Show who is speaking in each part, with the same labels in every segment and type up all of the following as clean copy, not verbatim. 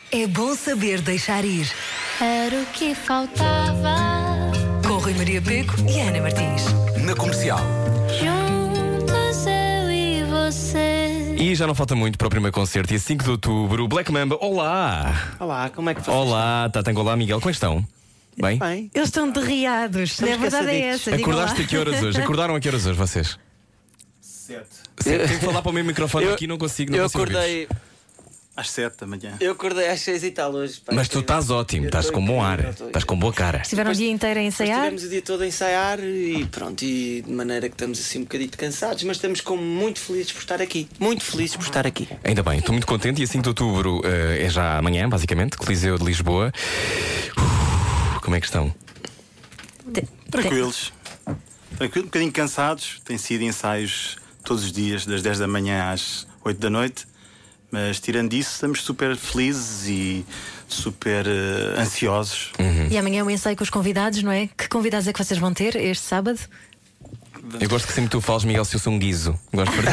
Speaker 1: É bom saber deixar ir.
Speaker 2: Era o que faltava.
Speaker 1: Com Rui Maria Pego e Ana Martins.
Speaker 3: Na Comercial.
Speaker 2: Juntos eu e você.
Speaker 4: E já não falta muito para o primeiro concerto, dia 5 de outubro. Black Mamba, olá!
Speaker 5: Olá, como é que vocês
Speaker 4: Olá, Tatango, olá, Miguel, como estão? Bem?
Speaker 5: estão? Bem.
Speaker 1: Eles estão derriados. A verdade é essa. digam lá.
Speaker 4: Acordaste a que horas hoje? Acordaram a que horas hoje vocês?
Speaker 5: 7.
Speaker 4: Tenho que falar para o meu microfone aqui, não consigo.
Speaker 5: Eu
Speaker 4: consigo
Speaker 5: acordei.
Speaker 3: Às 7 da manhã.
Speaker 5: Eu acordei às 6 e tal hoje. Pá.
Speaker 4: Mas tu estás ótimo, estás com bom ar, estás com boa cara.
Speaker 1: Estiveram o dia inteiro a
Speaker 5: Depois
Speaker 1: ensaiar.
Speaker 5: tivemos o dia todo a ensaiar e pronto, e de maneira que estamos assim um bocadinho cansados, mas estamos muito felizes por estar aqui. Muito felizes por estar aqui.
Speaker 4: Ainda bem, estou muito contente. Dia 5 de outubro é já amanhã, basicamente, Coliseu de Lisboa. Como é que estão?
Speaker 3: Tranquilos. Tranquilo, um bocadinho cansados. Tem sido ensaios todos os dias, das 10 da manhã às 8 da noite. Mas tirando isso, estamos super felizes e super ansiosos.
Speaker 1: E amanhã o ensaio com os convidados, não é? Que convidados é que vocês vão ter este sábado?
Speaker 4: Eu gosto que sempre tu falas, Miguel, se eu sou um guiso. Gosto de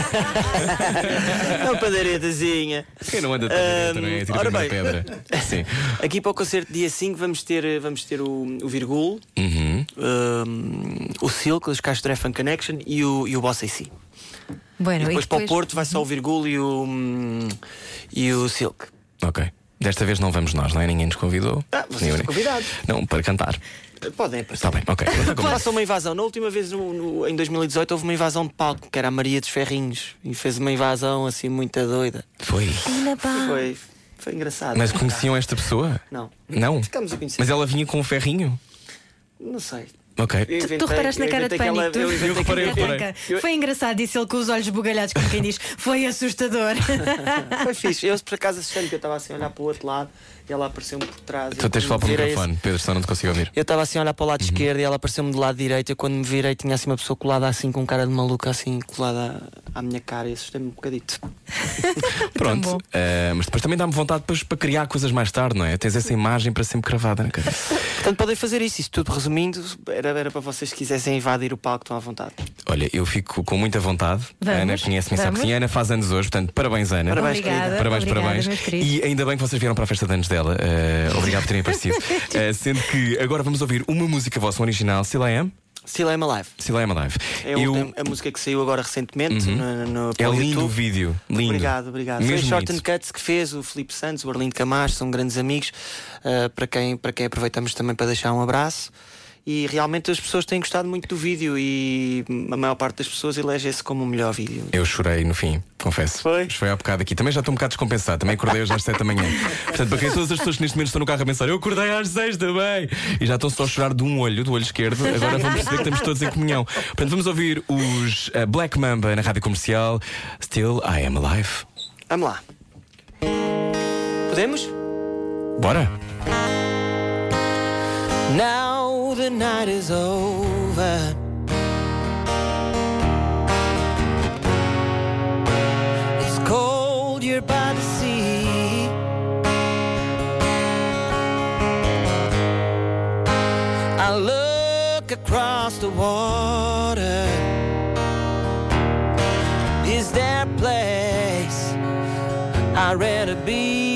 Speaker 5: Uma padaretazinha.
Speaker 4: Quem não anda de padareta, não é? Tira
Speaker 5: Ora
Speaker 4: uma
Speaker 5: bem.
Speaker 4: pedra. Sim.
Speaker 5: Aqui para o concerto dia 5 vamos ter o Virgul, o Silk, os Castro Fan Connection e o Boss AC.
Speaker 1: Bueno,
Speaker 5: E depois para o Porto vai só o Virgul e o Silk.
Speaker 4: Ok. Desta vez não vamos nós, não é? Ninguém nos convidou.
Speaker 5: Vocês estão convidados.
Speaker 4: Não, para cantar.
Speaker 5: Podem
Speaker 4: Está
Speaker 5: aparecer.
Speaker 4: bem, ok.
Speaker 5: Façam uma invasão. Na última vez, em 2018, houve uma invasão de palco, que era a Maria dos Ferrinhos. E fez uma invasão assim muito doida.
Speaker 4: Foi.
Speaker 5: Foi engraçado.
Speaker 4: Mas conheciam esta pessoa?
Speaker 5: Não.
Speaker 4: Não?
Speaker 5: Ficámos a conhecer.
Speaker 4: Mas ela vinha com um ferrinho?
Speaker 5: Não sei.
Speaker 4: Ok.
Speaker 1: Tu reparaste na cara de pânico.
Speaker 4: Eu reparei.
Speaker 1: Foi engraçado, disse ele com os olhos bugalhados, como quem diz. Foi assustador.
Speaker 5: Foi fixe. Eu por acaso assustei-me, que eu estava assim a olhar para o outro lado e ela apareceu-me por trás.
Speaker 4: Tu tens de falar para o microfone, Pedro, senão não te consigo ouvir.
Speaker 5: Eu estava assim a olhar para o lado esquerdo e ela apareceu-me do lado direito. Eu quando me virei tinha assim uma pessoa colada assim com cara de maluca, assim colada à minha cara, e assustei-me um bocadito.
Speaker 4: Pronto. Mas depois também dá-me vontade depois para criar coisas mais tarde, não é? Tens essa imagem para sempre gravada na cabeça.
Speaker 5: Portanto, podem fazer isso. Isto tudo resumindo, era para vocês que quisessem invadir o palco, estão à vontade.
Speaker 4: Olha, eu fico com muita vontade.
Speaker 1: Vamos,
Speaker 4: A Ana conhece-me, sabe que sim. A Ana faz anos hoje, portanto, parabéns, Ana.
Speaker 5: Parabéns,
Speaker 1: Obrigada.
Speaker 4: Parabéns,
Speaker 1: Obrigada,
Speaker 4: parabéns.
Speaker 1: meus queridos.
Speaker 4: E ainda bem que vocês vieram para a festa de anos dela. Obrigado por terem aparecido. Sendo que agora vamos ouvir uma música vossa, um original, Still I Am.
Speaker 5: Still I'm Alive.
Speaker 4: Still I Am Alive.
Speaker 5: É a música que saiu agora recentemente no
Speaker 4: É
Speaker 5: pelo
Speaker 4: lindo
Speaker 5: YouTube.
Speaker 4: o vídeo. Lindo.
Speaker 5: Obrigado.
Speaker 4: Mesmo
Speaker 5: Foi a Short
Speaker 4: bonito.
Speaker 5: and Cuts que fez, o Filipe Santos, o Arlindo Camacho, são grandes amigos, para quem aproveitamos também para deixar um abraço. E realmente as pessoas têm gostado muito do vídeo e a maior parte das pessoas elege esse como o melhor vídeo.
Speaker 4: Eu chorei no fim, confesso.
Speaker 5: Foi?
Speaker 4: Mas foi há bocado aqui. Também já estou um bocado descompensado. Também acordei hoje às 7 da manhã. Portanto, para quem todas as pessoas que neste momento estão no carro a pensar, eu acordei às 6 também. E já estão só a chorar do olho esquerdo. Agora vamos perceber que estamos todos em comunhão. Portanto, vamos ouvir os Black Mamba na rádio comercial. Still I Am Alive.
Speaker 5: Vamos lá. Podemos?
Speaker 4: Bora?
Speaker 5: Now the night is over. It's cold, you're by the sea. I look across the water. Is there a place I'd rather be?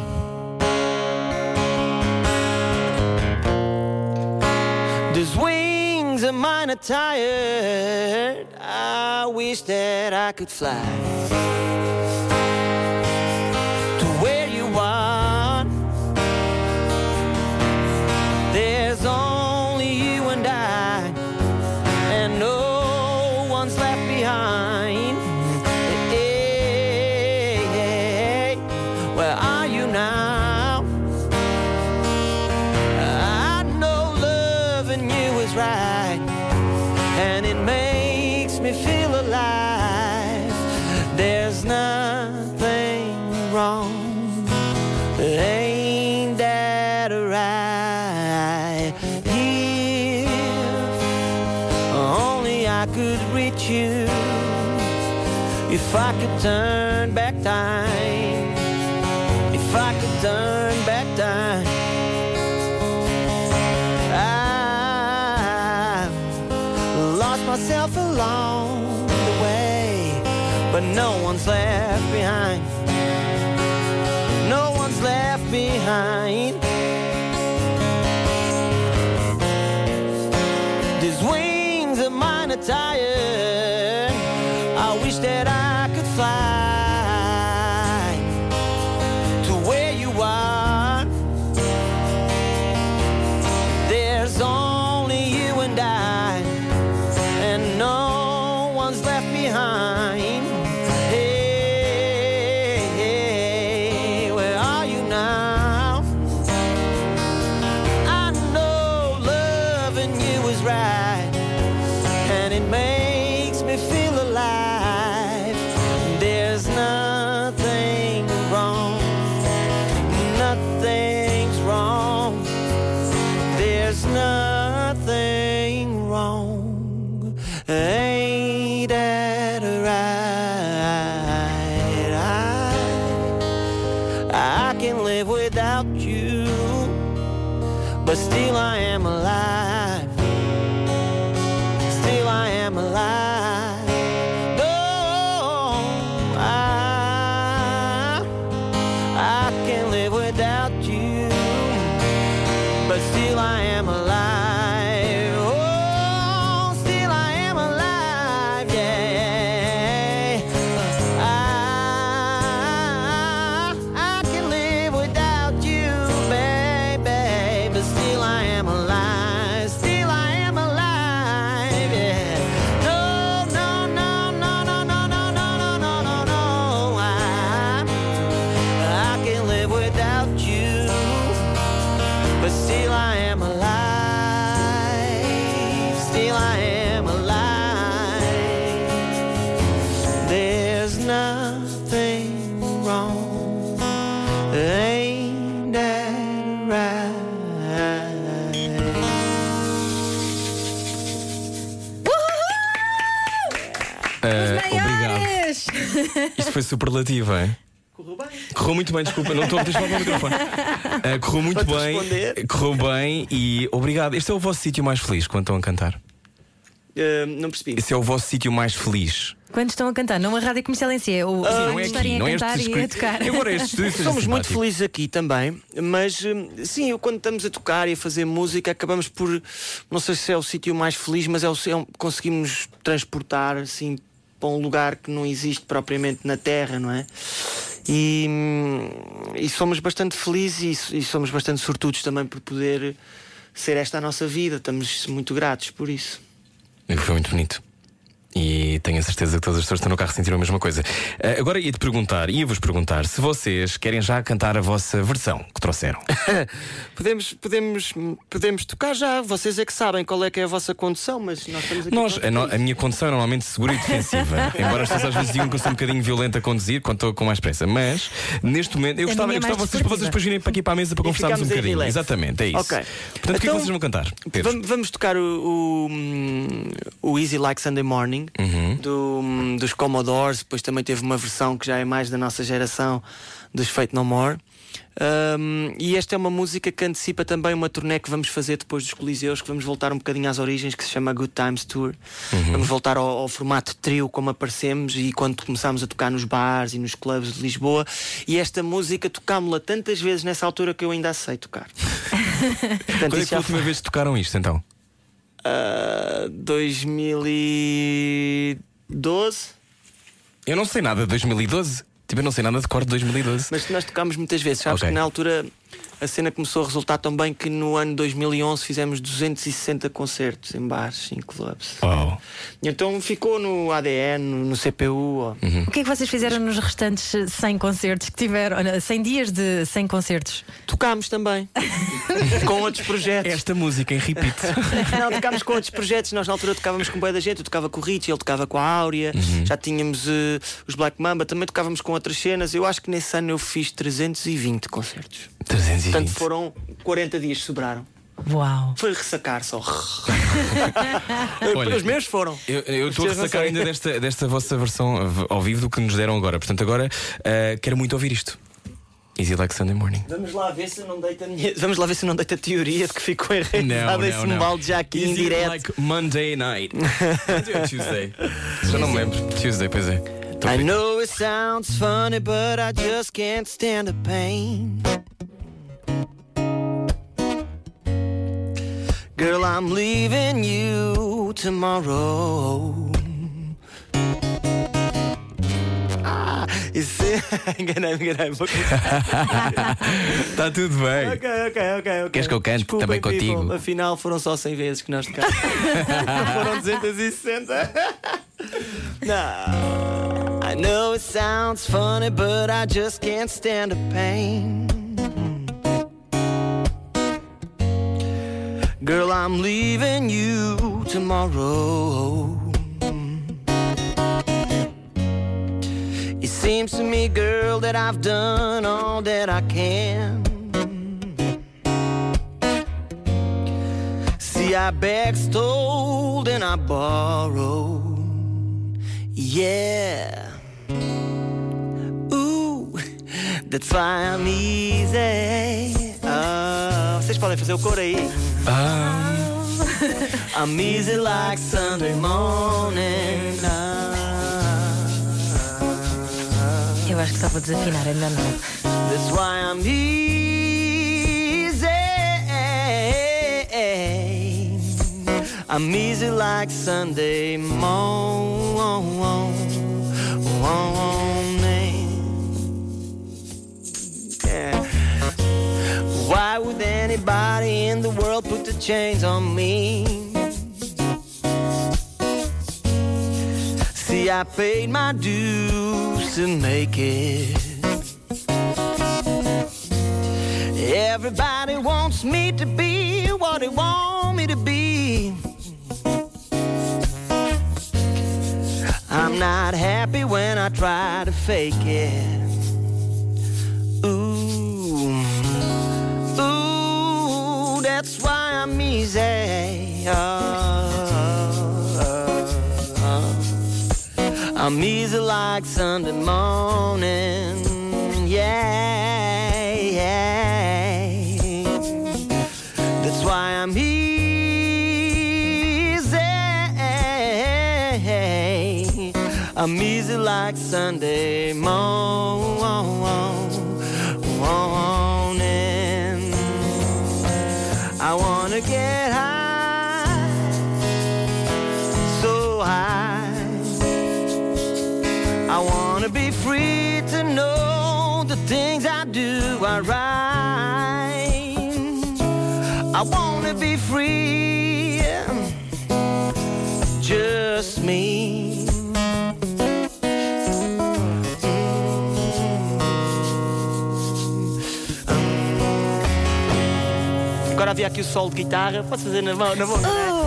Speaker 5: These wings of mine are tired. I wish that I could fly to where you are. There's only you and I, and no one's left behind. Hey, where are you now? Right, and it makes me feel alive. There's nothing wrong, ain't that right? If only I could reach you, if I could turn back time, if I could turn back time. Myself along the way, but no one's left behind. No one's left behind. These wings of mine are tired. I wish that I could fly to where you are. There's only you and I, and no one's left behind. Hey, where are you now? I know loving you is right, and it makes me feel alive. There's nothing wrong, nothing's wrong. There's nothing wrong. Ain't that right? I can live without you, but still I am alive. Still I am alive. No, I can live without you, but still I am alive. Oh, still I am alive, yeah. I can live without you, baby, but still I am alive. Still I am alive, yeah. No, no, no, no, no, no, no, no, no, no, no, no. I can live without you, but still I am alive. Still I am alive. There's nothing wrong. Ain't that right?
Speaker 4: Obrigado.
Speaker 1: Maiores!
Speaker 4: Isto foi superlativo, hein?
Speaker 5: Correu bem.
Speaker 4: Correu muito bem, desculpa, não estou a deixar o microfone. Correu muito
Speaker 5: Para te
Speaker 4: bem,
Speaker 5: responder.
Speaker 4: correu bem e obrigado. Este é o vosso sítio mais feliz quando estão a cantar?
Speaker 5: Não percebi.
Speaker 4: Esse é o vosso sítio mais feliz?
Speaker 1: Quando estão a cantar, numa rádio comercial em si, é o
Speaker 4: Não é
Speaker 1: estarem
Speaker 4: aqui,
Speaker 1: a
Speaker 4: não é
Speaker 1: cantar
Speaker 4: este
Speaker 1: e a tocar.
Speaker 4: Embora este estúdio seja
Speaker 5: Somos muito
Speaker 4: simpático.
Speaker 5: felizes aqui também, mas sim, quando estamos a tocar e a fazer música, acabamos por, não sei se é o sítio mais feliz, mas conseguimos transportar assim para um lugar que não existe propriamente na Terra, não é? E somos bastante felizes e somos bastante sortudos também por poder ser esta a nossa vida. Estamos muito gratos por isso.
Speaker 4: Foi muito bonito. E tenho a certeza que todas as pessoas que estão no carro sentiram a mesma coisa. Agora ia-vos perguntar se vocês querem já cantar a vossa versão que trouxeram.
Speaker 5: Podemos tocar já. Vocês é que sabem qual é que é a vossa condução, mas nós estamos aqui.
Speaker 4: A minha condução é normalmente segura e defensiva. Embora as pessoas às vezes digam que eu sou um bocadinho violento a conduzir quando estou com mais pressa. Mas neste momento eu gostava
Speaker 1: minha é mais
Speaker 4: vocês
Speaker 1: desportiva.
Speaker 4: depois virem para aqui para a mesa para conversarmos um
Speaker 5: ficamos em
Speaker 4: bocadinho.
Speaker 5: relax.
Speaker 4: Exatamente, é isso.
Speaker 5: Ok.
Speaker 4: Portanto, o que é que
Speaker 5: Então,
Speaker 4: vocês vão cantar? Pedro?
Speaker 5: Vamos tocar o Easy Like Sunday Morning dos Commodores. Depois também teve uma versão que já é mais da nossa geração, dos Faith No More. E esta é uma música que antecipa também uma turnê que vamos fazer depois dos Coliseus, que vamos voltar um bocadinho às origens, que se chama Good Times Tour. Vamos voltar ao formato trio como aparecemos e quando começámos a tocar nos bares e nos clubes de Lisboa. E esta música tocámos-la tantas vezes nessa altura que eu ainda sei tocar. Portanto,
Speaker 4: Quando é
Speaker 5: isso
Speaker 4: que foi a última vez que tocaram isto então?
Speaker 5: 2012.
Speaker 4: Eu não sei nada de 2012. Tipo, eu não sei nada de cor de 2012.
Speaker 5: Mas nós tocámos muitas vezes. Sabes
Speaker 4: Ok.
Speaker 5: que na altura a cena começou a resultar tão bem que no ano 2011 fizemos 260 concertos em bares, em clubs.
Speaker 4: Uau.
Speaker 5: E então ficou no ADN, no CPU.
Speaker 1: O que é que vocês fizeram nos restantes 100 concertos que tiveram? 100 dias de 100 concertos?
Speaker 5: Tocámos também com outros projetos.
Speaker 4: Esta música em repeat.
Speaker 5: Não, tocámos com outros projetos. Nós na altura tocávamos com bué da gente. Eu tocava com o Richie, ele tocava com a Áurea. Já tínhamos os Black Mamba. Também tocávamos com outras cenas. Eu acho que nesse ano eu fiz 320 concertos.
Speaker 4: 320.
Speaker 5: Portanto foram 40 dias que sobraram.
Speaker 1: Uau!
Speaker 5: Foi ressacar só.
Speaker 4: Olha,
Speaker 5: Os meus foram.
Speaker 4: Eu estou a
Speaker 5: Os teus não
Speaker 4: ressacar
Speaker 5: sei.
Speaker 4: ainda desta vossa versão ao vivo do que nos deram agora. Portanto, agora quero muito ouvir isto. Easy Like Sunday Morning.
Speaker 5: Vamos lá ver se não deita Vamos lá ver se não deita a teoria de que ficou enraizada esse balde já aqui em
Speaker 4: Easy
Speaker 5: direto.
Speaker 4: Like Monday night. Monday ou Tuesday? Já não me lembro. Tuesday, pois é. Tô
Speaker 5: I
Speaker 4: feito.
Speaker 5: know it sounds funny, but I just can't stand the pain. Girl, I'm leaving you tomorrow. Enganei-me.
Speaker 4: Está tudo bem.
Speaker 5: Ok.
Speaker 4: Queres que eu cante também contigo?
Speaker 5: People. Afinal, foram só 100 vezes que nós tocámos. Foram 260. No. I know it sounds funny, but I just can't stand the pain. Girl, I'm leaving you tomorrow. It seems to me, girl, that I've done all that I can. See, I begged, stole, and I borrowed. Yeah. Ooh, that's why I'm easy. Vocês podem fazer o coro aí. I'm easy like Sunday morning.
Speaker 1: Eu acho que só vou desafinar, ainda não.
Speaker 5: That's why I'm easy. I'm easy like Sunday morning. Yeah. Why would anybody in the world put the chains on me? See, I paid my dues to make it. Everybody wants me to be what they want me to be. I'm not happy when I try to fake it. Ooh, that's why I'm easy. I'm easy like Sunday morning. Yeah. That's why I'm easy. I'm easy like Sunday morning. I wanna get high, so high. I wanna be free to know the things I do are right. I wanna be free, just me. Agora havia aqui o solo de guitarra. Posso fazer na mão? Na mão.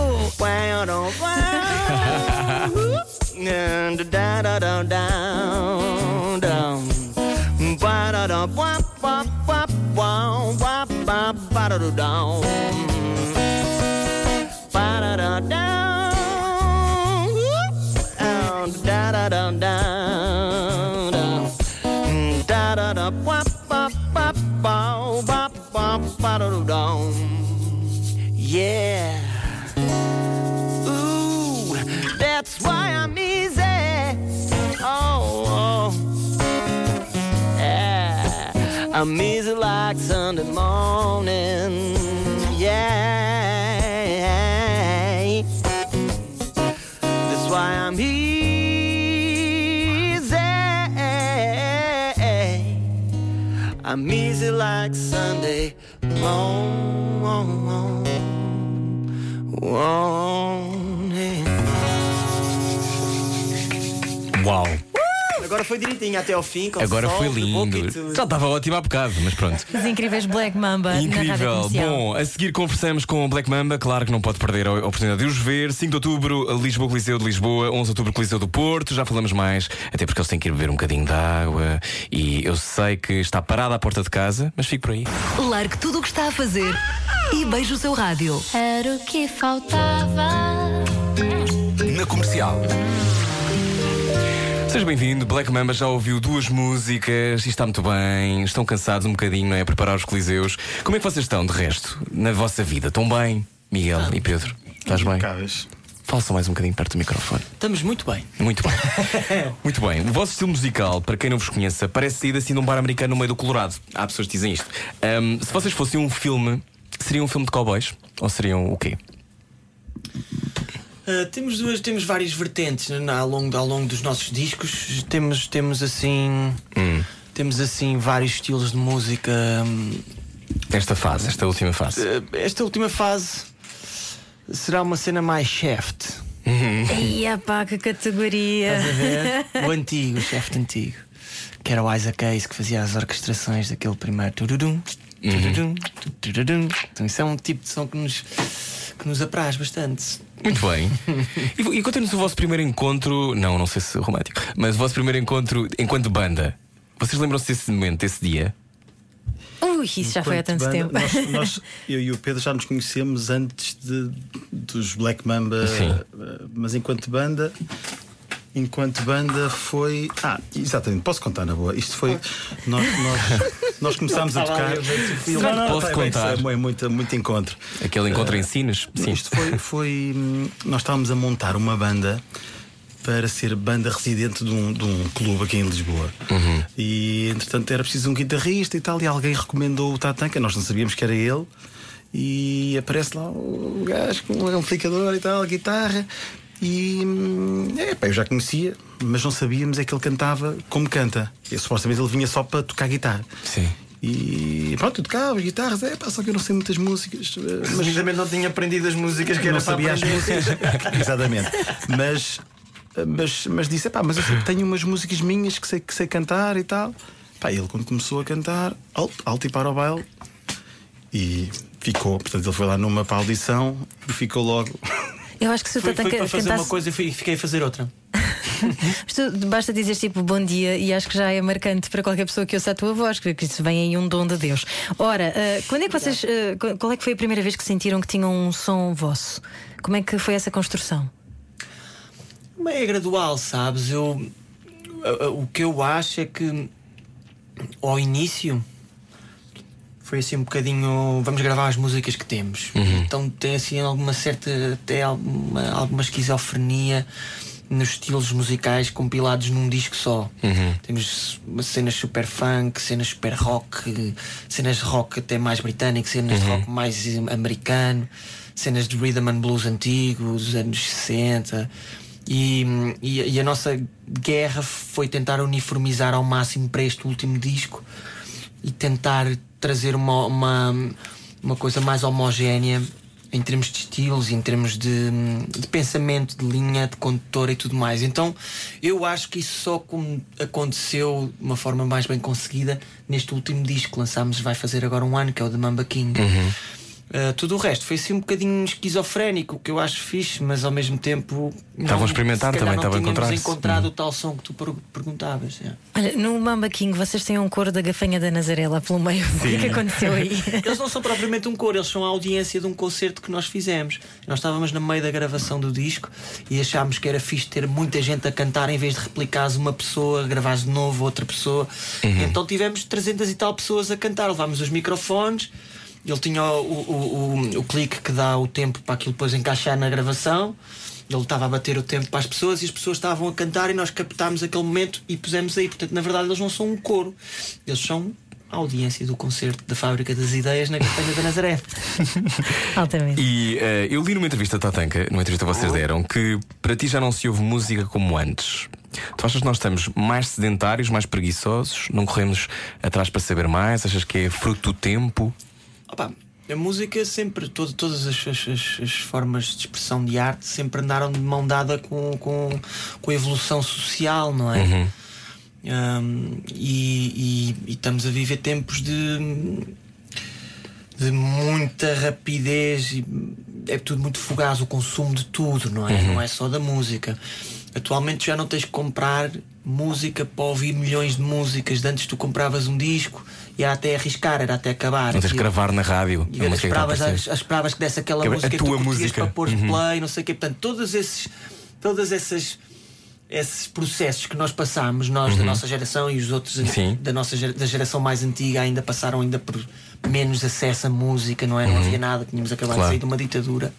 Speaker 5: Yeah. Ooh, that's why I'm easy. Oh. Yeah. I'm easy like Sunday morning. Yeah. That's why I'm easy. I'm easy like Sunday morning.
Speaker 4: Uau!
Speaker 5: Agora foi direitinho até ao fim. Com
Speaker 4: Agora
Speaker 5: sol,
Speaker 4: foi lindo. Já estava ótimo há bocado, mas pronto.
Speaker 1: Os incríveis Black Mamba na Rádio
Speaker 4: Incrível.
Speaker 1: Comercial.
Speaker 4: Bom, a seguir conversamos com o Black Mamba. Claro que não pode perder a oportunidade de os ver. 5 de outubro, Lisboa, Coliseu de Lisboa. 11 de outubro, Coliseu do Porto. Já falamos mais, até porque eles têm que ir beber um bocadinho de água. E eu sei que está parado à porta de casa, mas fico por aí.
Speaker 6: Largue tudo o que está a fazer e beije o seu rádio.
Speaker 2: Era o que faltava.
Speaker 7: Na Comercial.
Speaker 4: Seja bem-vindo, Black Mamba já ouviu 2 músicas e está muito bem. Estão cansados um bocadinho, não é? A preparar os coliseus. Como é que vocês estão, de resto, na vossa vida? Estão bem, Miguel e Pedro? Estás bem?
Speaker 3: Impecáveis.
Speaker 4: Fala só mais um bocadinho perto do microfone.
Speaker 5: Estamos muito bem.
Speaker 4: Muito bem. Muito bem. O vosso estilo musical, para quem não vos conheça, parece saído assim de um bar americano no meio do Colorado. Há pessoas que dizem isto. Se vocês fossem um filme, seria um filme de cowboys? Ou seriam o quê?
Speaker 5: Temos várias vertentes ao longo dos nossos discos. Temos assim vários estilos de música.
Speaker 4: Esta última fase.
Speaker 5: Esta última fase será uma cena mais Shaft.
Speaker 1: Ia pá, que categoria!
Speaker 5: Estás a ver? O antigo, o Shaft antigo, que era o Isaac Hayes que fazia as orquestrações daquele primeiro turudum, turudum, turudum. Então isso é um tipo de som que nos apraz bastante.
Speaker 4: Muito bem. E conta-nos o vosso primeiro encontro. Não sei se romântico, mas o vosso primeiro encontro enquanto banda. Vocês lembram-se desse momento, desse dia?
Speaker 1: Isso já foi há tanto tempo.
Speaker 3: Eu e o Pedro já nos conhecemos antes dos Black Mamba.
Speaker 4: Sim.
Speaker 3: Mas enquanto banda foi. Exatamente, posso contar na boa. Isto foi. Nós começámos a tocar.
Speaker 4: Posso contar?
Speaker 3: É muito encontro.
Speaker 4: Aquele encontro em Sines? Sim.
Speaker 3: Isto foi. Nós estávamos a montar uma banda para ser banda residente de um clube aqui em Lisboa. E entretanto era preciso um guitarrista e tal. E alguém recomendou o Tatanka. Nós não sabíamos que era ele. E aparece lá o gajo com um amplificador e tal, guitarra. E eu já conhecia, mas não sabíamos é que ele cantava como canta. Supostamente ele vinha só para tocar guitarra.
Speaker 4: Sim.
Speaker 3: E pronto, eu tocava guitarras, só que eu não sei muitas músicas.
Speaker 5: Mas também não tinha aprendido as músicas que
Speaker 3: não
Speaker 5: era
Speaker 3: sabia as músicas. Exatamente. Mas disse, mas eu tenho umas músicas minhas que sei cantar e tal. Ele quando começou a cantar, alto e para o baile. E ficou, portanto ele foi lá numa para a audição e ficou logo.
Speaker 1: Eu acho que se o Tatanka
Speaker 5: para fazer
Speaker 1: cantasse...
Speaker 5: uma coisa e fiquei a fazer outra.
Speaker 1: Mas tu basta dizer tipo bom dia e acho que já é marcante para qualquer pessoa que ouça a tua voz, que isso vem aí um dom de Deus. Ora, quando é que vocês. Qual é que foi a primeira vez que sentiram que tinham um som vosso? Como é que foi essa construção?
Speaker 5: É gradual, sabes? O que eu acho é que ao início foi assim um bocadinho. Vamos gravar as músicas que temos. Então tem assim alguma esquizofrenia nos estilos musicais compilados num disco só. Temos cenas super funk, cenas super rock, cenas de rock até mais britânico, cenas de rock mais americano, cenas de rhythm and blues antigos, dos anos 60. E a nossa guerra foi tentar uniformizar ao máximo para este último disco e tentar trazer uma coisa mais homogénea em termos de estilos, em termos de pensamento, de linha, de condutor e tudo mais. Então eu acho que isso só aconteceu de uma forma mais bem conseguida neste último disco que lançámos, vai fazer agora um ano, que é o The Mamba King. Tudo o resto foi assim um bocadinho esquizofrénico, o que eu acho fixe, mas ao mesmo tempo
Speaker 4: estavam a experimentar também, estavam a
Speaker 5: encontrar o tal som que tu perguntavas.
Speaker 1: Olha, no Mamba King vocês têm um coro da gafanha da Nazaré lá pelo meio. O que é que aconteceu aí?
Speaker 5: Eles não são propriamente um coro, eles são a audiência de um concerto que nós fizemos. Nós estávamos no meio da gravação do disco e achámos que era fixe ter muita gente a cantar em vez de replicares uma pessoa, gravares de novo outra pessoa. Então tivemos 300 e tal pessoas a cantar, levámos os microfones. Ele tinha o clique que dá o tempo para aquilo depois encaixar na gravação. Ele estava a bater o tempo para as pessoas e as pessoas estavam a cantar e nós captámos aquele momento e pusemos aí. Portanto, na verdade, eles não são um coro, eles são a audiência do concerto da Fábrica das Ideias na Gafanha da Nazaré.
Speaker 1: Altamente.
Speaker 4: E eu li numa entrevista a Tatanka, numa entrevista que vocês deram, que para ti já não se ouve música como antes. Tu achas que nós estamos mais sedentários, mais preguiçosos? Não corremos atrás para saber mais? Achas que é fruto do tempo?
Speaker 5: A música sempre, todas as formas de expressão de arte sempre andaram de mão dada com a evolução social, não é? E estamos a viver tempos de muita rapidez e é tudo muito fugaz, o consumo de tudo, não é? Não é só da música. Atualmente já não tens que comprar música para ouvir milhões de músicas. De antes tu compravas um disco e era até arriscar, era até acabar.
Speaker 4: Não tens que gravar na rádio.
Speaker 5: E esperavas que desse aquela música
Speaker 4: a tua
Speaker 5: que tu
Speaker 4: música
Speaker 5: para pôr play, não sei o quê. Portanto, todos esses processos que nós passámos, nós da nossa geração e os outros da geração mais antiga ainda passaram ainda por menos acesso à música, não é? Não havia nada, tínhamos acabado de sair de uma ditadura.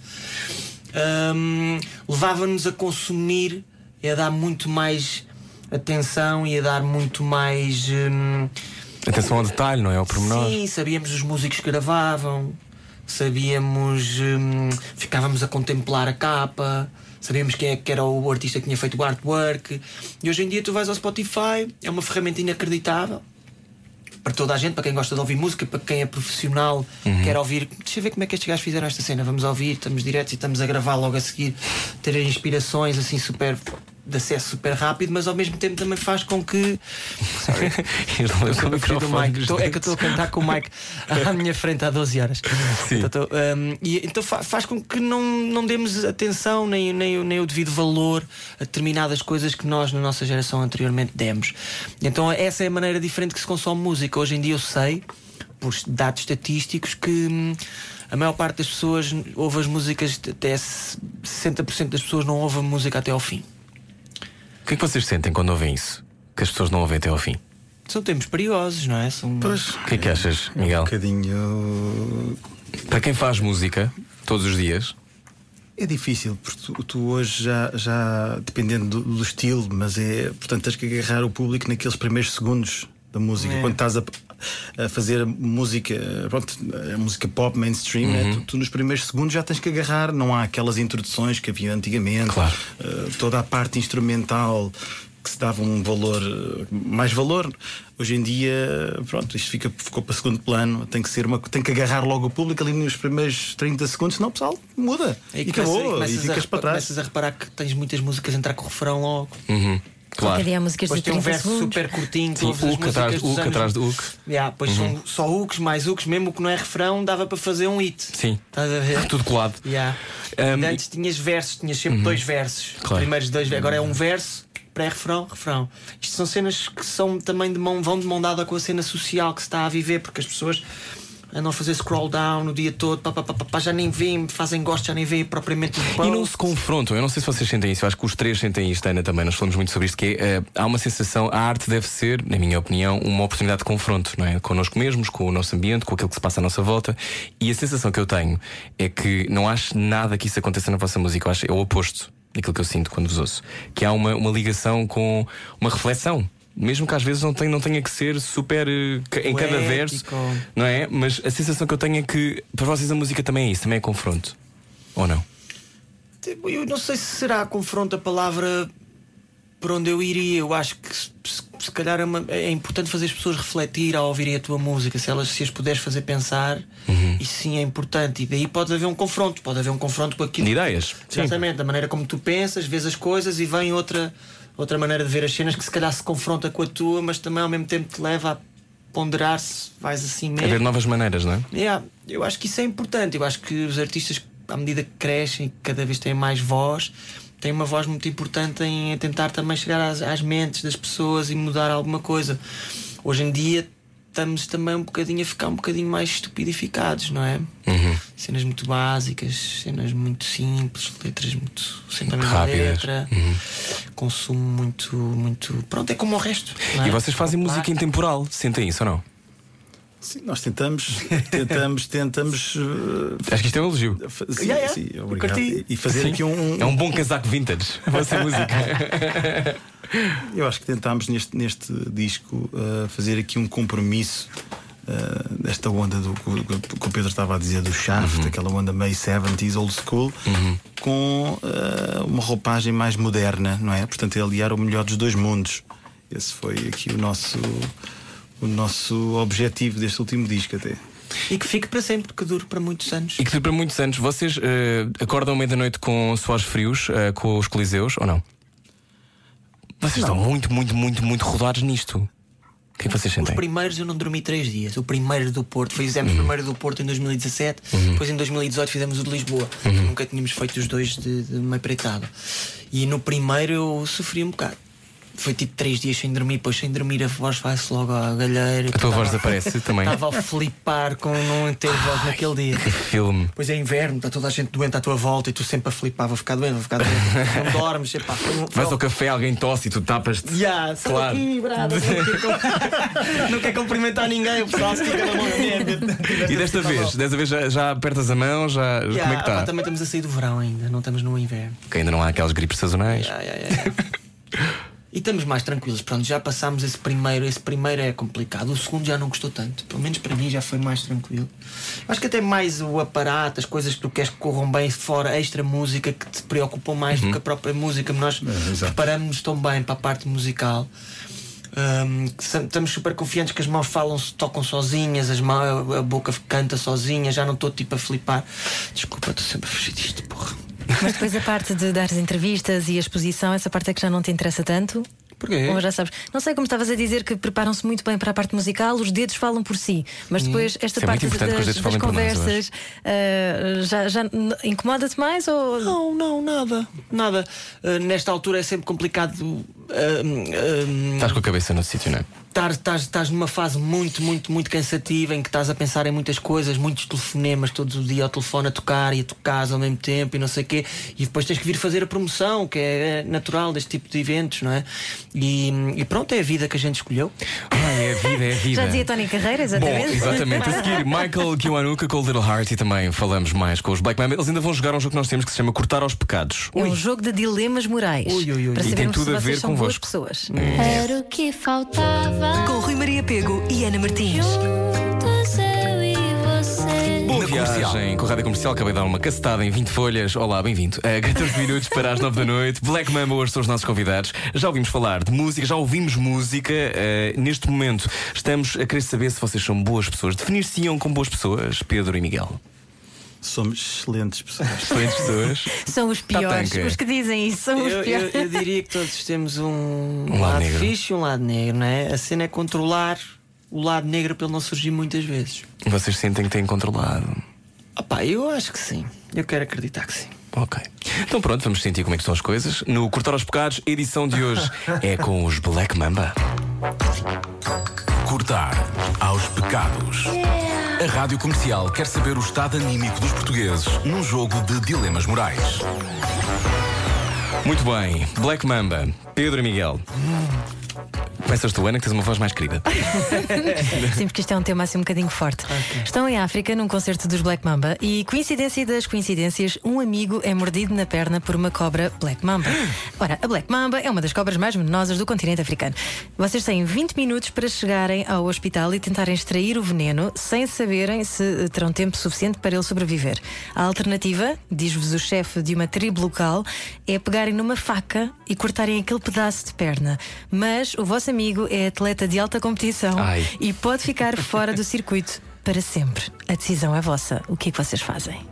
Speaker 5: Levava-nos a consumir e a dar muito mais atenção e a dar muito mais
Speaker 4: atenção ao detalhe, não é? Ao pormenor.
Speaker 5: Sim, sabíamos os músicos que gravavam, sabíamos, ficávamos a contemplar a capa, sabíamos quem é que era o artista que tinha feito o artwork. E hoje em dia tu vais ao Spotify, é uma ferramenta inacreditável para toda a gente, para quem gosta de ouvir música, para quem é profissional, quer ouvir. Deixa eu ver como é que estes gajos fizeram esta cena. Vamos ouvir, estamos diretos e estamos a gravar logo a seguir, ter inspirações assim super de acesso super rápido, mas ao mesmo tempo também faz com que é que eu estou a cantar com o Mike à minha frente há 12 horas. Então faz com que não demos atenção nem o devido valor a determinadas coisas que nós na nossa geração anteriormente demos. Então essa é a maneira diferente que se consome música. Hoje em dia eu sei, por dados estatísticos, que a maior parte das pessoas ouve as músicas, até 60% das pessoas não ouvem música até ao fim.
Speaker 4: O que é que vocês sentem quando ouvem isso? Que as pessoas não ouvem até ao fim?
Speaker 5: São tempos perigosos, não é?
Speaker 4: Pois. O que é que achas, Miguel?
Speaker 3: Um bocadinho.
Speaker 4: Para quem faz música todos os dias,
Speaker 3: É difícil, porque tu hoje já dependendo do estilo, mas portanto tens que agarrar o público naqueles primeiros segundos da música. Quando estás a fazer música, pronto, a música pop mainstream, tu nos primeiros segundos já tens que agarrar. Não há aquelas introduções que havia antigamente.
Speaker 4: Claro.
Speaker 3: Toda a parte instrumental que se dava um valor, mais valor. Hoje em dia, pronto, isto ficou para segundo plano. Tem que agarrar logo o público ali nos primeiros 30 segundos, senão o pessoal muda e acabou, e ficas para trás.
Speaker 5: Começas a reparar que tens muitas músicas a entrar com o refrão logo.
Speaker 4: Claro.
Speaker 1: Cada dia há músicas
Speaker 5: Depois
Speaker 1: de
Speaker 5: tem um
Speaker 1: 30
Speaker 5: verso
Speaker 1: segundos.
Speaker 5: super curtinho.
Speaker 4: Sim, hook atrás de hook.
Speaker 5: Pois são só hooks, mais hooks. Mesmo o que não é refrão, dava para fazer um hit.
Speaker 4: Sim.
Speaker 5: Estás a ver?
Speaker 4: Tudo colado.
Speaker 5: Antes tinhas versos, tinhas sempre dois versos.
Speaker 4: Claro.
Speaker 5: Primeiros dois, agora é um verso, pré-refrão, refrão. Isto são cenas que são também vão de mão dada com a cena social que se está a viver, porque as pessoas andam a fazer scroll down o dia todo, já nem veem, fazem gosto, já nem veem propriamente o post.
Speaker 4: E não se confrontam. Eu não sei se vocês sentem isso. Eu acho que os três sentem isto, Ana, também. Nós falamos muito sobre isto, que há uma sensação. A arte deve ser, na minha opinião, uma oportunidade de confronto, não é? Connosco mesmos, com o nosso ambiente, com aquilo que se passa à nossa volta. E a sensação que eu tenho é que não acho nada que isso aconteça na vossa música. Eu acho é o oposto daquilo que eu sinto quando vos ouço. Que há uma ligação com uma reflexão. Mesmo que às vezes não tenha que ser super em cada verso, não é? Mas a sensação que eu tenho é que para vocês a música também é isso, também é confronto. Ou não?
Speaker 5: Eu não sei se será confronto a palavra por onde eu iria. Eu acho que se calhar é importante fazer as pessoas refletir ao ouvirem a tua música. Se as puderes fazer pensar, isso sim é importante. E daí pode haver um confronto. Pode haver um confronto com aquilo.
Speaker 4: De ideias.
Speaker 5: Exatamente, da maneira como tu pensas, vês as coisas e vem outra maneira de ver as cenas que se calhar se confronta com a tua, mas também ao mesmo tempo te leva a ponderar se vais assim mesmo.
Speaker 4: A ver novas maneiras, não é?
Speaker 5: Eu acho que isso é importante. Eu acho que os artistas, à medida que crescem e cada vez têm mais voz, têm uma voz muito importante em tentar também chegar às mentes das pessoas e mudar alguma coisa. Hoje em dia estamos também um bocadinho a ficar um bocadinho mais estupidificados, não é? Cenas muito básicas, cenas muito simples, letras muito sempre a mesma
Speaker 4: rápidas.
Speaker 5: letra, consumo muito. Pronto, é como o resto. Não é?
Speaker 4: E vocês fazem música intemporal, sentem isso ou não?
Speaker 3: Sim, nós tentamos.
Speaker 4: Acho que isto é um elogio.
Speaker 3: Sim, obrigado. E fazer aqui
Speaker 4: É um bom casaco vintage a vossa música.
Speaker 3: Eu acho que tentámos neste disco fazer aqui um compromisso desta onda que o Pedro estava a dizer, do Shaft, aquela onda meio 70s, old school, com uma roupagem mais moderna, não é? Portanto, é aliar o melhor dos dois mundos. Esse foi aqui o nosso objetivo deste último disco até.
Speaker 5: E que fique para sempre, que dure para muitos anos.
Speaker 4: E que dure para muitos anos. Vocês acordam à meia-da-noite com suores frios, com os coliseus, ou não? Vocês estão muito rodados nisto. O que é que vocês sentem?
Speaker 5: Os primeiros eu não dormi 3 dias. O primeiro do Porto, fizemos o primeiro do Porto em 2017, depois em 2018 fizemos o de Lisboa. Nunca tínhamos feito os dois de uma empreitada. E no primeiro eu sofri um bocado. Foi tipo 3 dias sem dormir, depois sem dormir a voz vai-se logo à galheira.
Speaker 4: A tua voz desaparece também.
Speaker 5: Estava a flipar com não ter voz naquele dia.
Speaker 4: Que filme.
Speaker 5: Pois é inverno, está toda a gente doente à tua volta e tu sempre a flipar, vou ficar doente. Não dormes, epá,
Speaker 4: vais ao café, alguém tosse e tu tapas-te.
Speaker 5: Claro. Aqui, brado, não quer cumprimentar ninguém, o pessoal se fica na mão.
Speaker 4: E desta vez já apertas a mão, como é que está?
Speaker 5: Também estamos a sair do verão ainda, não estamos no inverno.
Speaker 4: Que ainda não há aquelas gripes sazonais.
Speaker 5: E estamos mais tranquilos. Pronto, já passámos esse primeiro. Esse primeiro é complicado. O segundo já não gostou tanto. Pelo menos para mim já foi mais tranquilo. Acho que até mais o aparato, as coisas que tu queres que corram bem fora, extra música, que te preocupam mais do que a própria música. Nós preparamos-nos tão bem para a parte musical. Estamos super confiantes que as mãos tocam sozinhas, a boca canta sozinha. Já não estou tipo a flipar. Desculpa, estou sempre a fugir disto, porra.
Speaker 1: Mas depois a parte de dar as entrevistas e a exposição, essa parte é que já não te interessa tanto?
Speaker 5: Porquê?
Speaker 1: Ou já sabes? Não sei, como estavas a dizer que preparam-se muito bem para a parte musical, os dedos falam por si. Mas depois esta parte das conversas já incomoda-te mais? Ou...
Speaker 5: Não, nada. Nesta altura é sempre complicado.
Speaker 4: Estás com a cabeça no sítio, não é?
Speaker 5: Estás numa fase muito cansativa, em que estás a pensar em muitas coisas, muitos telefonemas todos o dia ao telefone a tocar e a tocar ao mesmo tempo e não sei o quê, e depois tens que vir fazer a promoção, que é natural deste tipo de eventos, não é? E pronto, é a vida que a gente escolheu.
Speaker 4: É a vida.
Speaker 1: Já dizia Tony Carreira, exatamente.
Speaker 4: Bom, exatamente. A seguir, Michael Kiwanuka com Little Heart, e também falamos mais com os Black Mamba. Eles ainda vão jogar um jogo que nós temos que se chama Cortar aos Pecados.
Speaker 1: É um jogo de dilemas morais. Para
Speaker 4: e tem
Speaker 1: sabermos
Speaker 4: tudo
Speaker 1: se
Speaker 4: a ver
Speaker 1: vocês são boas
Speaker 4: convosco.
Speaker 1: pessoas.
Speaker 2: Era o que faltava.
Speaker 6: Com Rui Maria Pego e Ana Martins.
Speaker 2: Juntos eu e você.
Speaker 4: Boa viagem com a Rádio Comercial. Acabei de dar uma cacetada em 20 folhas. Olá, bem-vindo. 14 minutos para as 9 da noite. Black Mamba hoje são os nossos convidados. Já ouvimos falar de música, já ouvimos música. Neste momento estamos a querer saber se vocês são boas pessoas. Definir-se-iam como boas pessoas, Pedro e Miguel?
Speaker 3: Somos excelentes pessoas.
Speaker 4: Excelentes pessoas.
Speaker 1: São os piores.
Speaker 4: Tatanca.
Speaker 1: Os que dizem isso são os piores.
Speaker 5: Eu diria que todos temos um
Speaker 4: lado
Speaker 5: lado
Speaker 4: negro.
Speaker 5: fixe e um lado negro, não é? A cena é controlar o lado negro para ele não surgir muitas vezes.
Speaker 4: Vocês sentem que têm controlado?
Speaker 5: Eu acho que sim. Eu quero acreditar que sim.
Speaker 4: Ok. Então pronto, vamos sentir como é que estão as coisas. No Cortar aos Pecados, a edição de hoje é com os Black Mamba.
Speaker 7: Cortar aos pecados. A Rádio Comercial quer saber o estado anímico dos portugueses num jogo de dilemas morais.
Speaker 4: Muito bem, Black Mamba, Pedro e Miguel. Começas tu, Ana, que tens uma voz mais querida.
Speaker 1: Sim, porque isto é um tema assim um bocadinho forte. Estão em África num concerto dos Black Mamba e, coincidência das coincidências, um amigo é mordido na perna por uma cobra Black Mamba. Ora, a Black Mamba é uma das cobras mais venenosas do continente africano. Vocês têm 20 minutos para chegarem ao hospital e tentarem extrair o veneno sem saberem se terão tempo suficiente para ele sobreviver. A alternativa, diz-vos o chefe de uma tribo local, é pegarem numa faca e cortarem aquele pedaço de perna. Mas o vosso amigo é atleta de alta competição e pode ficar fora do circuito para sempre. A decisão é vossa. O que é que vocês fazem?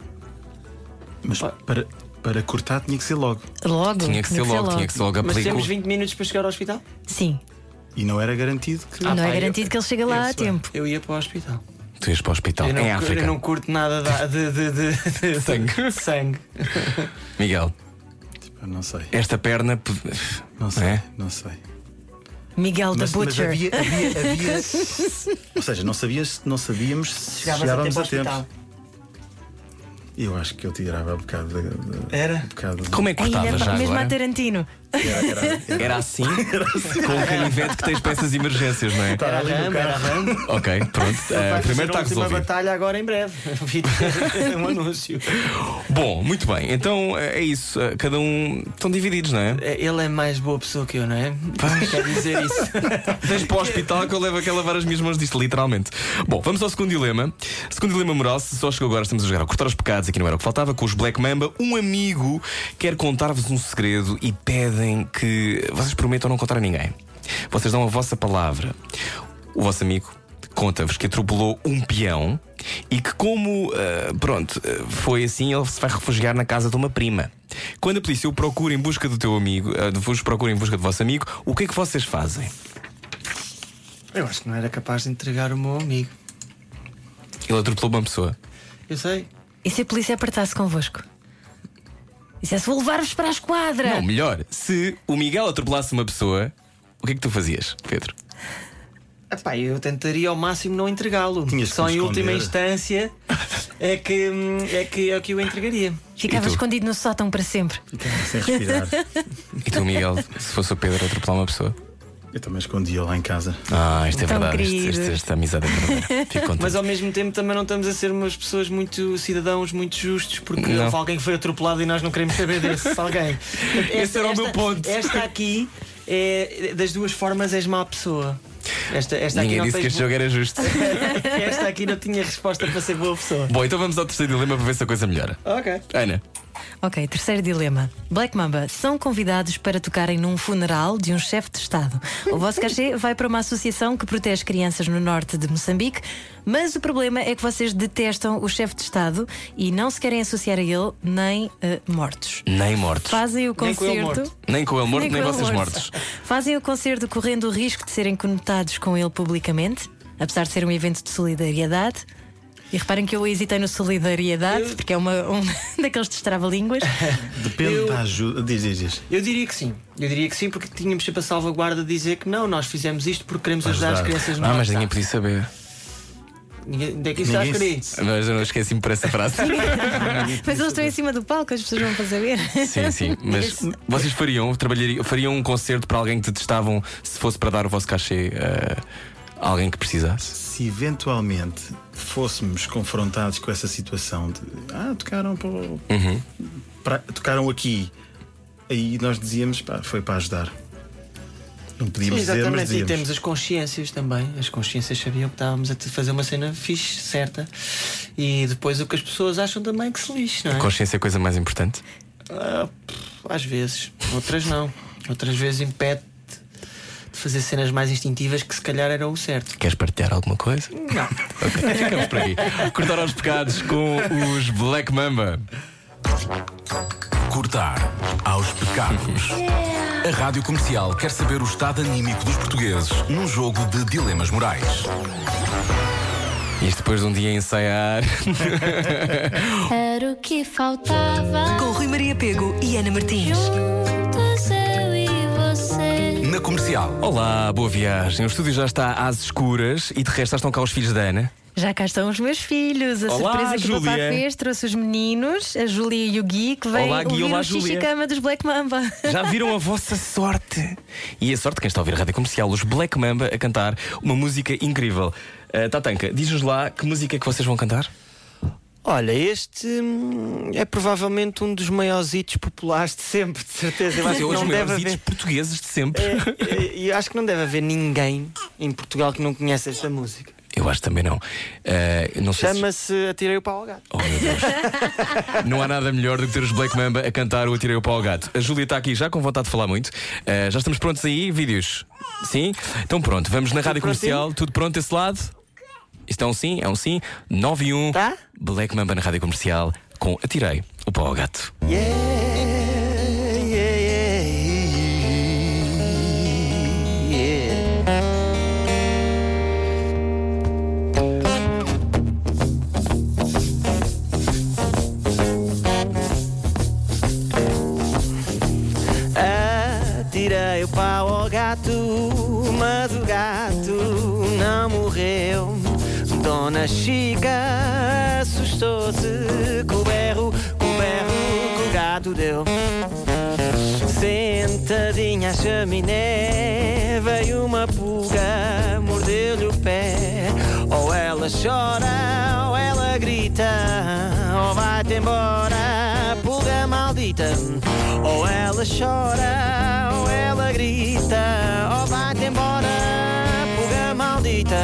Speaker 3: Mas para cortar tinha que ser logo.
Speaker 1: Logo?
Speaker 4: Tinha que ser logo.
Speaker 5: Mas
Speaker 4: Aplico.
Speaker 5: temos 20 minutos para chegar ao hospital?
Speaker 1: Sim.
Speaker 3: E não era garantido que.
Speaker 1: Não é garantido que ele chegue lá a tempo.
Speaker 5: Eu ia para o hospital.
Speaker 4: Tu ias para o hospital, em África.
Speaker 5: Eu não curto nada de sangue.
Speaker 4: Miguel,
Speaker 3: Eu não sei.
Speaker 4: esta perna.
Speaker 3: Não sei.
Speaker 4: É?
Speaker 3: Não sei.
Speaker 1: Miguel da Butcher.
Speaker 3: Havia ou seja, não sabíamos se chegávamos a tempo. Eu acho que eu tirava um bocado
Speaker 5: Era?
Speaker 3: um bocado
Speaker 4: Como é que cortava já
Speaker 1: Mesmo
Speaker 4: agora?
Speaker 1: a Tarantino.
Speaker 4: Era assim? Com o canivete que tens para essas emergências, não é?
Speaker 5: Era ramo.
Speaker 4: Ok, pronto. Primeiro está
Speaker 5: Uma
Speaker 4: resolvido.
Speaker 5: batalha agora em breve. Um anúncio.
Speaker 4: Bom, muito bem. Então é isso. Cada um. Estão divididos, não é?
Speaker 5: Ele é mais boa pessoa que eu, não é? Quer dizer isso.
Speaker 4: Tens para o hospital que eu levo a lavar as minhas mãos disto, literalmente. Bom, vamos ao segundo dilema. Segundo dilema moral, se só chegou agora, estamos a jogar a Cortar os Pecados, aqui não era o que faltava, com os Black Mamba. Um amigo quer contar-vos um segredo e pedem que vocês prometam não contar a ninguém. Vocês dão a vossa palavra. O vosso amigo conta-vos que atropelou um peão e que, como foi assim, ele se vai refugiar na casa de uma prima. Quando a polícia o procura em busca do teu amigo, vos procura em busca do vosso amigo, o que é que vocês fazem?
Speaker 5: Eu acho que não era capaz de entregar o meu amigo.
Speaker 4: Ele atropelou uma pessoa.
Speaker 5: Eu sei.
Speaker 1: E se a polícia apertasse convosco? Dissesse, vou levar-vos para a esquadra.
Speaker 4: Não, melhor, se o Miguel atropelasse uma pessoa, o que é que tu fazias, Pedro?
Speaker 5: Epá, eu tentaria ao máximo não entregá-lo.
Speaker 3: Tinhas que
Speaker 5: Só em
Speaker 3: esconder.
Speaker 5: última instância é que eu entregaria.
Speaker 1: Ficava
Speaker 4: E tu?
Speaker 1: escondido no sótão para sempre.
Speaker 3: Ficava sem respirar.
Speaker 4: E tu, Miguel, se fosse o Pedro a atropelar uma pessoa?
Speaker 3: Eu também escondia lá em casa.
Speaker 4: Isto é
Speaker 1: Tão
Speaker 4: verdade.
Speaker 1: querido.
Speaker 4: Esta amizade é verdadeira. Fico contente.
Speaker 5: Mas ao mesmo tempo também não estamos a ser umas pessoas muito cidadãos, muito justos, porque houve alguém que foi atropelado e nós não queremos saber desse alguém.
Speaker 4: Esse era o meu ponto.
Speaker 5: Esta aqui das duas formas és má pessoa. Esta
Speaker 4: Ninguém
Speaker 5: aqui
Speaker 4: disse que este jogo era justo.
Speaker 5: Esta aqui não tinha resposta para ser boa pessoa.
Speaker 4: Bom, então vamos ao terceiro dilema para ver se a coisa melhora.
Speaker 5: Ok.
Speaker 4: Ana.
Speaker 1: Ok, terceiro dilema. Black Mamba são convidados para tocarem num funeral de um chefe de Estado. O vosso cachê vai para uma associação que protege crianças no norte de Moçambique, mas o problema é que vocês detestam o chefe de Estado e não se querem associar a ele nem mortos.
Speaker 4: Nem mortos.
Speaker 1: Fazem o concerto.
Speaker 4: Nem com ele morto, nem
Speaker 1: com ele
Speaker 4: vocês
Speaker 1: morto.
Speaker 4: mortos.
Speaker 1: Fazem o concerto correndo o risco de serem conotados com ele publicamente, apesar de ser um evento de solidariedade. E reparem que eu hesitei no solidariedade, porque é um daqueles destrava-línguas.
Speaker 3: Depende da ajuda. Diz.
Speaker 5: Eu diria que sim. Eu diria que sim, porque tínhamos sempre a salvaguarda de dizer que não, nós fizemos isto porque queremos ajudar as crianças no
Speaker 4: Mas ninguém podia saber.
Speaker 5: Onde é que isso está escrito?
Speaker 4: Mas eu não esqueci-me por essa frase.
Speaker 1: Mas eles estão em cima do palco, as pessoas vão fazer ver.
Speaker 4: Sim. Mas vocês fariam um concerto para alguém que detestavam se fosse para dar o vosso cachê a alguém que precisasse?
Speaker 3: Se eventualmente fôssemos confrontados com essa situação de tocaram aqui, aí nós dizíamos, foi para ajudar. Não podíamos dizer, mas
Speaker 5: exatamente, e
Speaker 3: dizíamos.
Speaker 5: temos as consciências também. As consciências sabiam que estávamos a fazer uma cena fixe, certa. E depois o que as pessoas acham também que se lixe, não é?
Speaker 4: A consciência é a coisa mais importante?
Speaker 5: Às vezes, outras não. Outras vezes impede de fazer cenas mais instintivas que se calhar era o certo.
Speaker 4: Queres partilhar alguma coisa?
Speaker 5: Não.
Speaker 4: Ok, ficamos por aí. Cortar aos pecados com os Black Mamba.
Speaker 7: Cortar aos pecados. A Rádio Comercial quer saber o estado anímico dos portugueses num jogo de dilemas morais.
Speaker 4: Isto depois de um dia a ensaiar.
Speaker 2: Era o que faltava.
Speaker 6: Com Rui Maria Pego e Ana Martins.
Speaker 2: Juntos eu e você.
Speaker 7: Na Comercial.
Speaker 4: Olá, boa viagem. O estúdio já está às escuras e de resto estão cá os filhos da Ana.
Speaker 1: Já cá estão os meus filhos. A
Speaker 4: Olá,
Speaker 1: surpresa que o papá
Speaker 4: Júlia.
Speaker 1: fez trouxe os meninos, a Júlia e o Gui, que vêm
Speaker 4: Olá, Gui,
Speaker 1: ouvir
Speaker 4: olá,
Speaker 1: o
Speaker 4: Júlia.
Speaker 1: xixi-cama dos Black Mamba.
Speaker 4: Já viram a vossa sorte? E a sorte de quem está a ouvir a Rádio Comercial, os Black Mamba a cantar uma música incrível. Tatanka, diz-nos lá que música é que vocês vão cantar?
Speaker 5: Olha, este é provavelmente um dos maiores hits populares de sempre, de certeza. Eu acho que
Speaker 4: Os
Speaker 5: não deve
Speaker 4: maiores hits
Speaker 5: haver.
Speaker 4: portugueses de sempre.
Speaker 5: E acho que não deve haver ninguém em Portugal que não conhece esta música.
Speaker 4: Eu acho também não. Não sei se...
Speaker 5: Chama-se Atirei o Pau ao Gato.
Speaker 4: Oh, meu Deus. Não há nada melhor do que ter os Black Mamba a cantar o Atirei o Pau ao Gato. A Júlia está aqui já com vontade de falar muito. Já estamos prontos aí? Vídeos? Sim? Então pronto, vamos na Rádio Comercial. Tudo pronto desse lado? Isto é um sim? É um sim? 9 e 1.
Speaker 5: Tá?
Speaker 4: Black Mamba na Rádio Comercial com Atirei o Pau ao Gato.
Speaker 5: Atirei o pau ao gato, mas o gato não morreu. Dona Chica assustou-se com o berro que o gato deu. Sentadinha à chaminé veio uma pulga, mordeu-lhe o pé. Ou ela chora, ou ela grita, ou vai-te embora, pulga maldita. Ou ela chora, ou ela grita, ou vai-te embora, pulga maldita.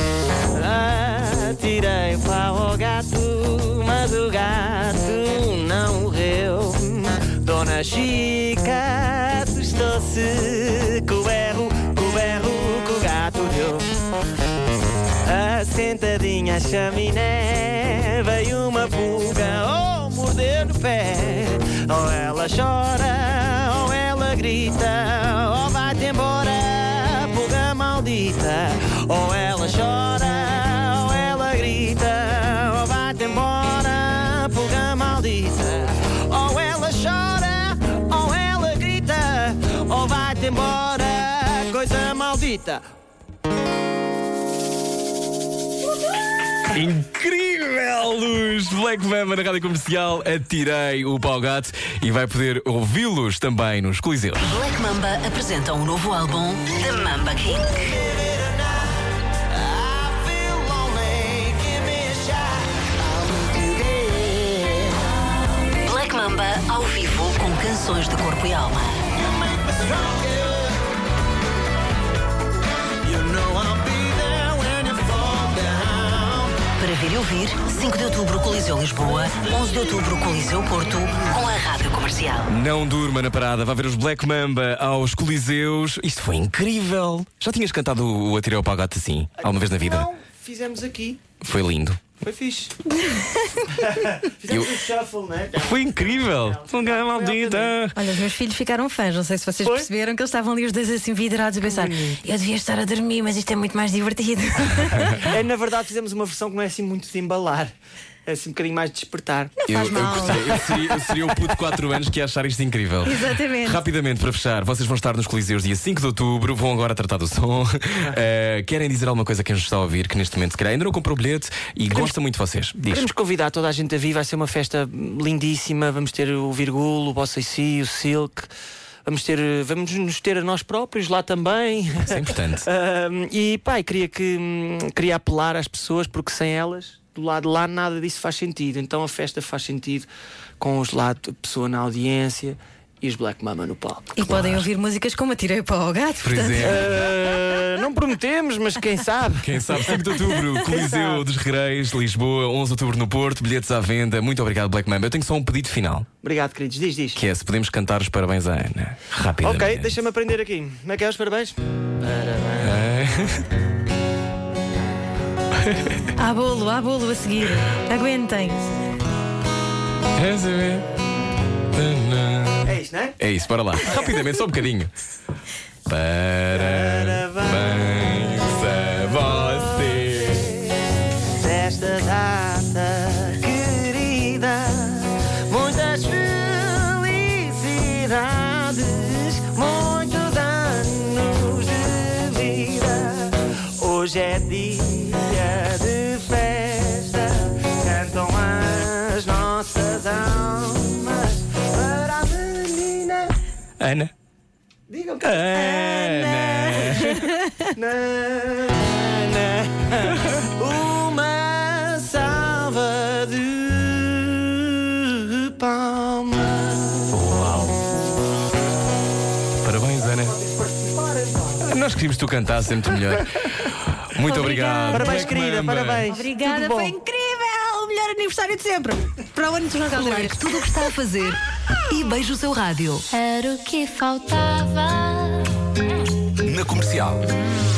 Speaker 5: Atirei o pau ao gato, mas o gato não morreu. Dona Chica assustou-se com o berro que o gato deu. Sentadinha à chaminé veio uma pulga, oh, mordeu no pé. Ou ela chora, ou ela grita, ou vai-te embora, pulga maldita. Ou ela chora, ou ela grita, ou vai-te embora, pulga maldita. Ou ela chora, ou ela grita, ou vai-te embora, coisa maldita.
Speaker 4: Incrível! Os Black Mamba na Rádio Comercial. Atirei o Pau ao Gato e vai poder ouvi-los também nos Coliseus.
Speaker 6: Black Mamba apresenta um novo álbum, The Mamba King. Black Mamba ao vivo com canções de corpo e alma. para ver e ouvir, 5 de outubro Coliseu Lisboa, 11 de outubro Coliseu Porto, com a Rádio Comercial.
Speaker 4: Não durma na parada, vai ver os Black Mamba aos Coliseus. Isto foi incrível. Já tinhas cantado o Atirei ao Pau ao Gato assim, alguma vez na vida?
Speaker 5: Não, fizemos aqui.
Speaker 4: Foi lindo.
Speaker 5: Foi fixe. Fizemos um shuffle, né?
Speaker 4: Foi incrível. Maldita.
Speaker 1: Olha, os meus filhos ficaram fãs. Não sei se vocês perceberam que eles estavam ali os dois assim vidrados a pensar: eu devia estar a dormir, mas isto é muito mais divertido.
Speaker 5: Na verdade, fizemos uma versão que não é assim muito de embalar. É assim um bocadinho mais de despertar.
Speaker 1: Faz mal.
Speaker 4: Eu seria o puto de 4 anos que ia achar isto incrível.
Speaker 1: Exatamente.
Speaker 4: Rapidamente, para fechar, vocês vão estar nos Coliseus dia 5 de outubro, vão agora tratar do som. Querem dizer alguma coisa a quem nos está a ouvir, que neste momento se calhar ainda não comprou o bilhete e gosta muito de vocês? Diz.
Speaker 5: Queremos convidar toda a gente a vir, vai ser uma festa lindíssima. Vamos ter o Virgulo, o Bossa o Silk. Vamos nos ter a nós próprios lá também.
Speaker 4: Isso é importante.
Speaker 5: E pá, queria apelar às pessoas, porque sem elas, do lado de lá, nada disso faz sentido. Então a festa faz sentido com os lados, a pessoa na audiência e os Black Mama no palco.
Speaker 1: E podem ouvir músicas como Atirei para o Gato.
Speaker 4: Por exemplo.
Speaker 5: Não prometemos, mas quem sabe?
Speaker 4: Quem sabe, 5 de outubro, Coliseu dos Reis, Lisboa, 11 de outubro no Porto, bilhetes à venda. Muito obrigado, Black Mamba. Eu tenho só um pedido final.
Speaker 5: Obrigado, queridos. Diz.
Speaker 4: Que é se podemos cantar os parabéns à Ana. Rapidamente.
Speaker 5: Ok, deixa-me aprender aqui. Como é que é os parabéns?
Speaker 1: Há bolo a seguir. Aguentem.
Speaker 5: É isto, não é?
Speaker 4: É isso, bora lá. Rapidamente, só um bocadinho. Parabéns a você.
Speaker 5: Desta data querida, muitas felicidades, muitos anos de vida. Hoje é dia de festa, cantam as nossas almas para a menina
Speaker 4: Ana.
Speaker 5: Digam uma salva de palmas.
Speaker 4: Parabéns, Ana. Nós queríamos que tu cantasses muito melhor. Muito obrigado.
Speaker 5: Parabéns,
Speaker 4: Black
Speaker 5: querida,
Speaker 4: Mamba.
Speaker 5: parabéns.
Speaker 1: Obrigada,
Speaker 5: Tudo bom.
Speaker 1: foi incrível! O melhor aniversário de sempre. Para o ano de Natal.
Speaker 6: Like tudo o que está a fazer e beije o seu rádio.
Speaker 2: Era o que faltava.
Speaker 7: Na Comercial.